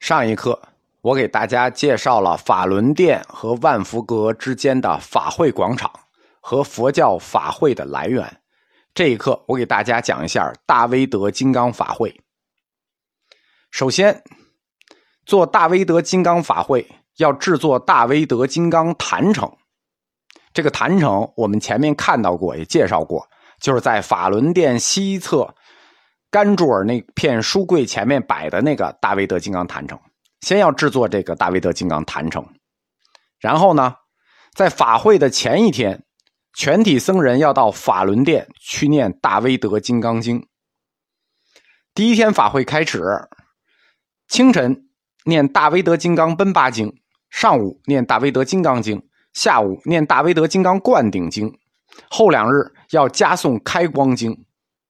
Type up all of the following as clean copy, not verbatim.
上一课我给大家介绍了法轮殿和万福阁之间的法会广场和佛教法会的来源。这一课我给大家讲一下大威德金刚法会。首先，做大威德金刚法会要制作大威德金刚坛城。这个坛城我们前面看到过，也介绍过，就是在法轮殿西侧甘珠尔那片书柜前面摆的那个大威德金刚坛城。先要制作这个大威德金刚坛城，然后呢，在法会的前一天，全体僧人要到法轮殿去念大威德金刚经。第一天法会开始，清晨念大威德金刚奔巴经，上午念大威德金刚经，下午念大威德金刚灌顶经，后两日要加诵开光经。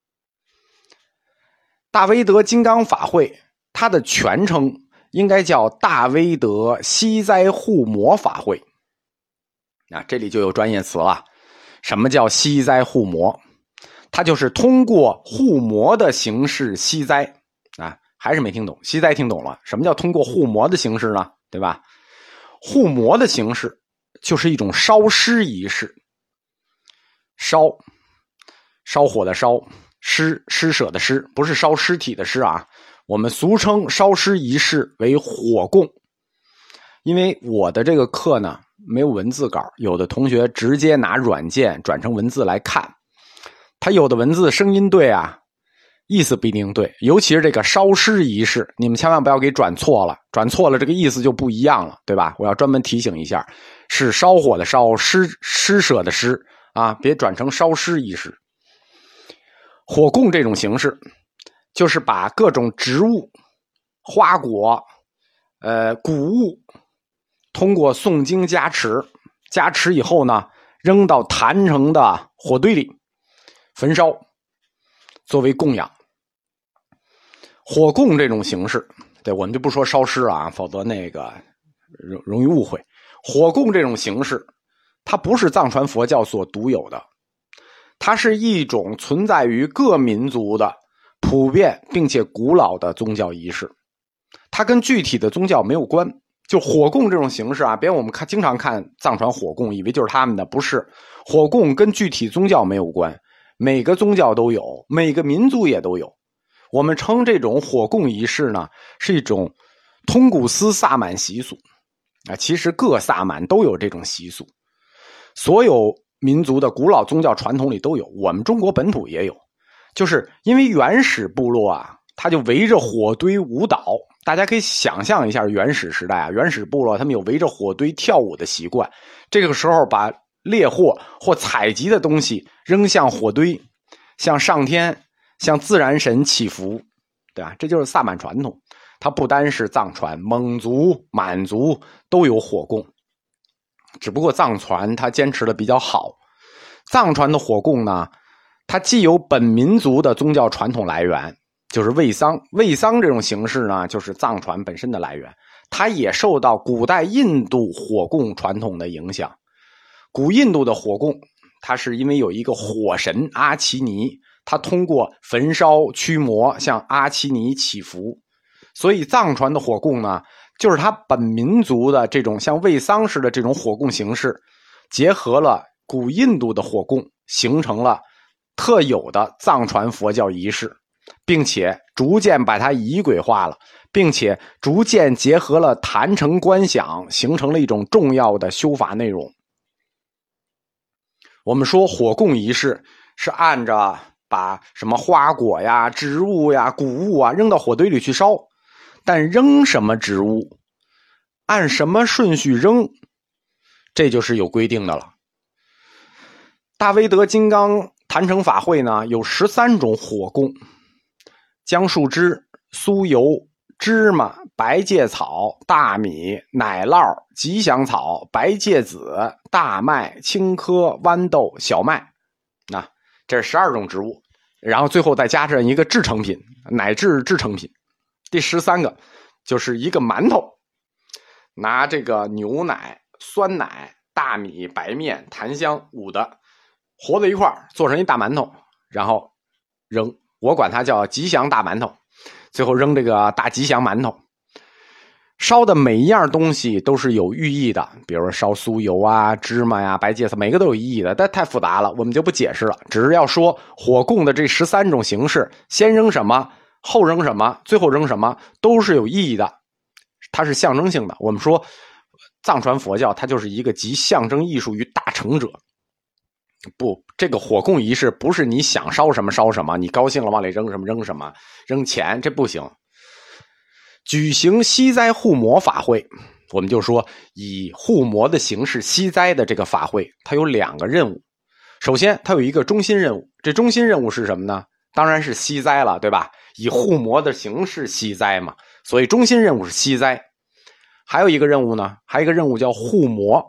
大威德金刚法会它的全称应该叫大威德息灾护摩法会。这里就有专业词了。什么叫息灾护摩？它就是通过护摩的形式息灾。还是没听懂，息灾听懂了，什么叫通过护摩的形式呢？对吧？护摩的形式就是一种烧尸仪式。烧火的烧，施舍的施，不是烧尸体的尸啊。我们俗称烧尸仪式为火供。因为我的这个课呢没有文字稿，有的同学直接拿软件转成文字来看，他有的文字声音对啊，意思不一定对，尤其是这个烧尸仪式，你们千万不要给转错了，转错了这个意思就不一样了，对吧？我要专门提醒一下，是烧火的烧，施舍的施啊，别转成烧尸仪式。火供这种形式就是把各种植物、花果、谷物通过诵经加持以后呢，扔到坛城的火堆里焚烧，作为供养。火供这种形式，对，我们就不说烧尸啊，否则那个容易误会。火供这种形式，它不是藏传佛教所独有的，它是一种存在于各民族的普遍并且古老的宗教仪式，它跟具体的宗教没有关。就火供这种形式啊，别我们经常看藏传火供以为就是他们的，不是。火供跟具体宗教没有关，每个宗教都有，每个民族也都有。我们称这种火供仪式呢，是一种通古斯萨满习俗其实各萨满都有这种习俗，所有民族的古老宗教传统里都有，我们中国本土也有。就是因为原始部落啊，它就围着火堆舞蹈，大家可以想象一下原始时代啊，原始部落他们有围着火堆跳舞的习惯，这个时候把猎获或采集的东西扔向火堆，向上天向自然神祈福，对吧？这就是萨满传统。它不单是藏传，蒙族、满族都有火供，只不过藏传它坚持的比较好。藏传的火供呢，它既有本民族的宗教传统来源，就是卫丧这种形式呢，就是藏传本身的来源，它也受到古代印度火供传统的影响。古印度的火供，它是因为有一个火神阿奇尼，他通过焚烧驱魔向阿奇尼祈福，所以藏传的火供呢，就是他本民族的这种像卫丧式的这种火供形式，结合了古印度的火供，形成了特有的藏传佛教仪式，并且逐渐把它仪轨化了，并且逐渐结合了坛城观想，形成了一种重要的修法内容。我们说火供仪式是按着把什么花果呀、植物呀、谷物啊扔到火堆里去烧，但扔什么植物，按什么顺序扔，这就是有规定的了。大威德金刚坛城法会呢，有13种火供：姜树枝、酥油、芝麻、白芥草、大米、奶酪、吉祥草、白芥子、大麦、青稞、豌豆、小麦。这是12种植物，然后最后再加上一个制成品，奶制制成品。第13个就是一个馒头，拿这个牛奶、酸奶、大米、白面、檀香捂的和在一块儿，做成一大馒头，然后扔，我管它叫吉祥大馒头，最后扔这个大吉祥馒头。 烧的每一样东西都是有寓意的，比如说烧酥油啊、芝麻呀、白芥菜，每个都有意义的，但太复杂了，我们就不解释了，只是要说火供的这13种形式，先扔什么，后扔什么，最后扔什么，都是有意义的，它是象征性的。我们说藏传佛教它就是一个集象征艺术于大成者。不，这个火供仪式不是你想烧什么烧什么，你高兴了往里扔什么扔什么，扔钱，这不行。举行息灾护摩法会，我们就说以护摩的形式息灾的这个法会，它有2个任务。首先它有一个中心任务，这中心任务是什么呢？当然是息灾了，对吧？以护摩的形式息灾嘛，所以中心任务是息灾。还有一个任务呢，还有一个任务叫护摩。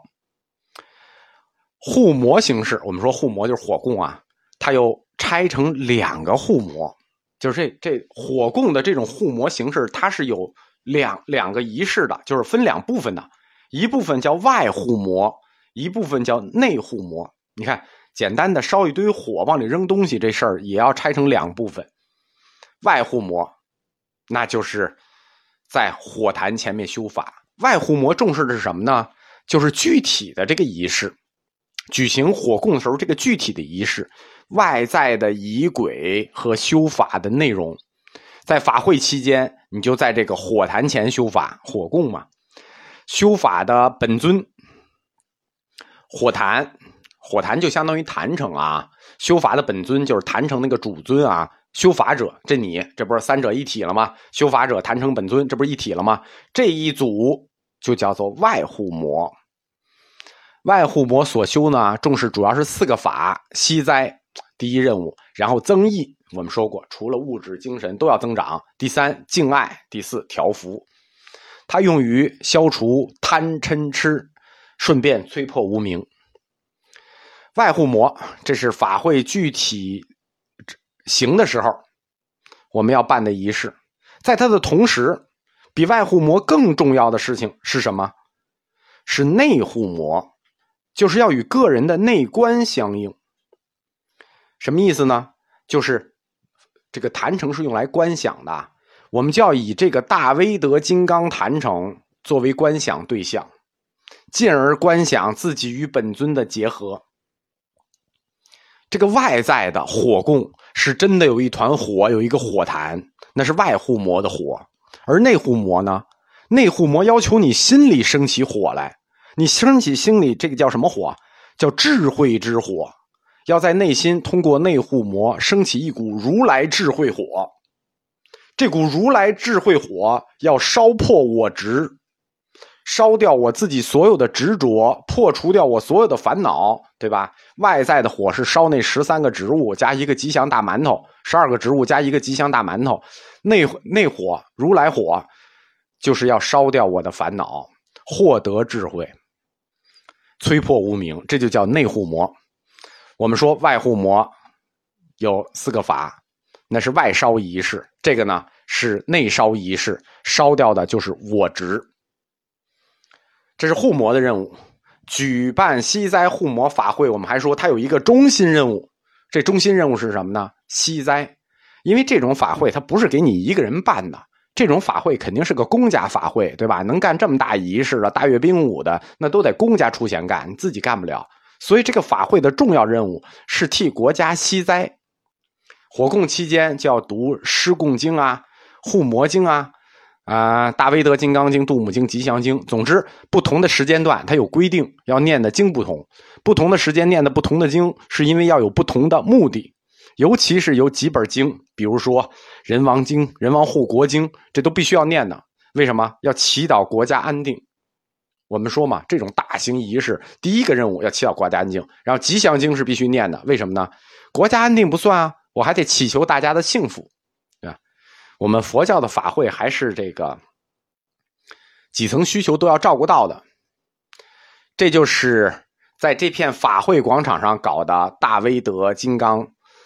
护摩形式，我们说护摩就是火供啊，它又拆成2个护摩，就是这火供的这种护摩形式，它是有两个仪式的，就是分2部分的，一部分叫外护摩，一部分叫内护摩。你看，简单的烧一堆火往里扔东西这事儿，也要拆成2部分。外护摩，那就是在火坛前面修法。外护摩重视的是什么呢？就是具体的这个仪式。举行火供的时候，这个具体的仪式，外在的仪轨和修法的内容，在法会期间，你就在这个火坛前修法，火供嘛。修法的本尊，火坛就相当于坛城啊。修法的本尊就是坛城那个主尊啊。修法者，这不是3者一体了吗？修法者、坛城本尊，这不是一体了吗？这一组就叫做外护摩。外护摩所修呢，重视主要是4个法：息灾第一任务，然后增益，我们说过，除了物质、精神都要增长；第3，敬爱；第4，调伏。它用于消除贪嗔痴，顺便摧破无明。外护摩，这是法会具体行的时候我们要办的仪式。在它的同时，比外护摩更重要的事情是什么？是内护摩。就是要与个人的内观相应。什么意思呢？就是这个坛城是用来观想的，我们就要以这个大威德金刚坛城作为观想对象，进而观想自己与本尊的结合。这个外在的火供是真的有一团火，有一个火坛，那是外护摩的火。而内护摩呢？内护摩要求你心里升起火来。你升起心里，这个叫什么火？叫智慧之火。要在内心通过内护摩升起一股如来智慧火。这股如来智慧火要烧破我执，烧掉我自己所有的执着，破除掉我所有的烦恼，对吧？外在的火是烧那13个植物加一个吉祥大馒头，12个植物加一个吉祥大馒头。内火如来火就是要烧掉我的烦恼，获得智慧，摧破无明，这就叫内护摩。我们说外护摩有4个法，那是外烧仪式，这个呢是内烧仪式，烧掉的就是我执。这是护摩的任务。举办息灾护摩法会，我们还说它有一个中心任务。这中心任务是什么呢？息灾。因为这种法会它不是给你一个人办的，这种法会肯定是个公家法会，对吧？能干这么大仪式的、大阅兵舞的，那都得公家出钱干，你自己干不了。所以这个法会的重要任务是替国家息灾。火供期间就要读施供经啊、护摩经啊、大威德金刚经、度母经、吉祥经。总之，不同的时间段它有规定，要念的经不同。不同的时间念的不同的经，是因为要有不同的目的。尤其是有几本经，比如说人王经、人王护国经，这都必须要念的。为什么？要祈祷国家安定。我们说嘛，这种大型仪式，第一个任务要祈祷国家安定，然后吉祥经是必须念的。为什么呢？国家安定不算啊，我还得祈求大家的幸福，对吧？我们佛教的法会还是这个几层需求都要照顾到的。这就是在这片法会广场上搞的大威德金刚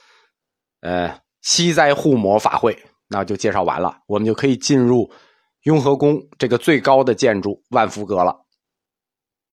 息灾护摩法会，那就介绍完了，我们就可以进入雍和宫这个最高的建筑万福阁了。